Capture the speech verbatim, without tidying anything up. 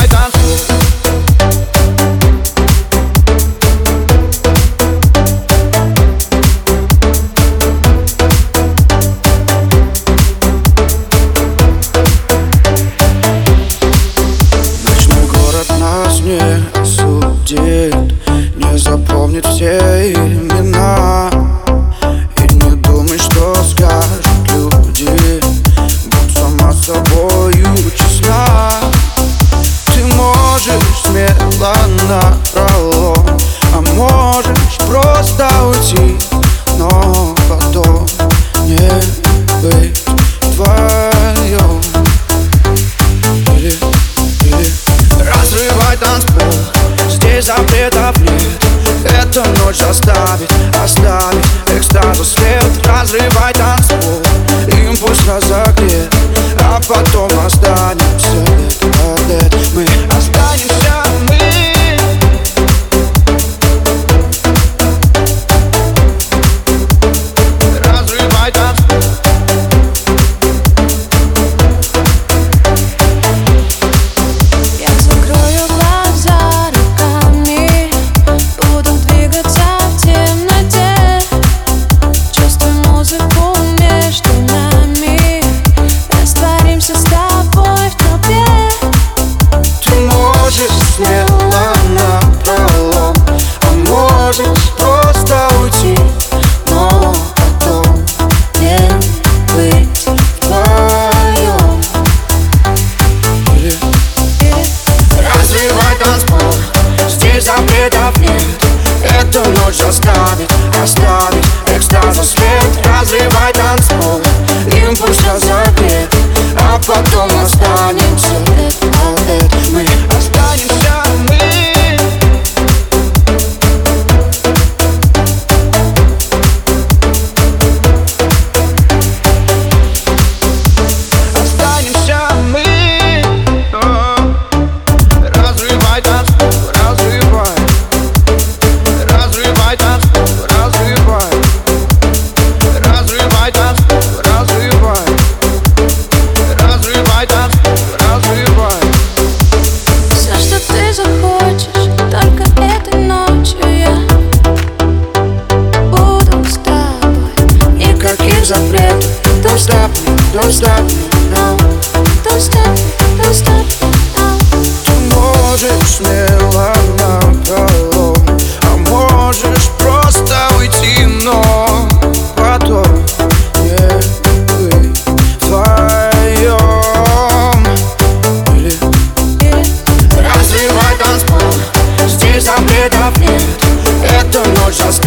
разрывай танцпол. Не осудит, не запомнит все имена. И не думай, что скажут люди, будь сама собою честна. Ты можешь смело напролом, а можешь просто уйти, но потом не быть вдвоем. Или, или разрывай танцпол, здесь запретов нет. Эта ночь заставит оставить экстазу след. Разрывай танцпол, импульс разогрет, а потом останемся лет от лет. Мы останемся, мы. Разрывай танцпол. Смело напролом, а можешь просто уйти, но потом не быть вдвоем. Или, или разрывай танцпол, здесь запретов нет. Эта ночь заставит оставить экстазу след. Разрывай танцпол, импульс разогрет, а потом останемся лет от лет. Мы останемся, мы. Останемся мы. Разрывай танцпол, разрывай. Разрывай танцпол, разрывай. Разрывай танцпол, разрывай. Разрывай танцпол, разрывай. Все, что ты захочешь, только этой ночью я буду с тобой. Никаких запретов. Don't stop me, don't stop me, no. Don't stop me, don't stop me, no. Ты можешь смело напролом, а можешь просто уйти, но потом не быть вдвоем. Или, Или разрывай танцпол, здесь запретов нет. Эта ночь заставит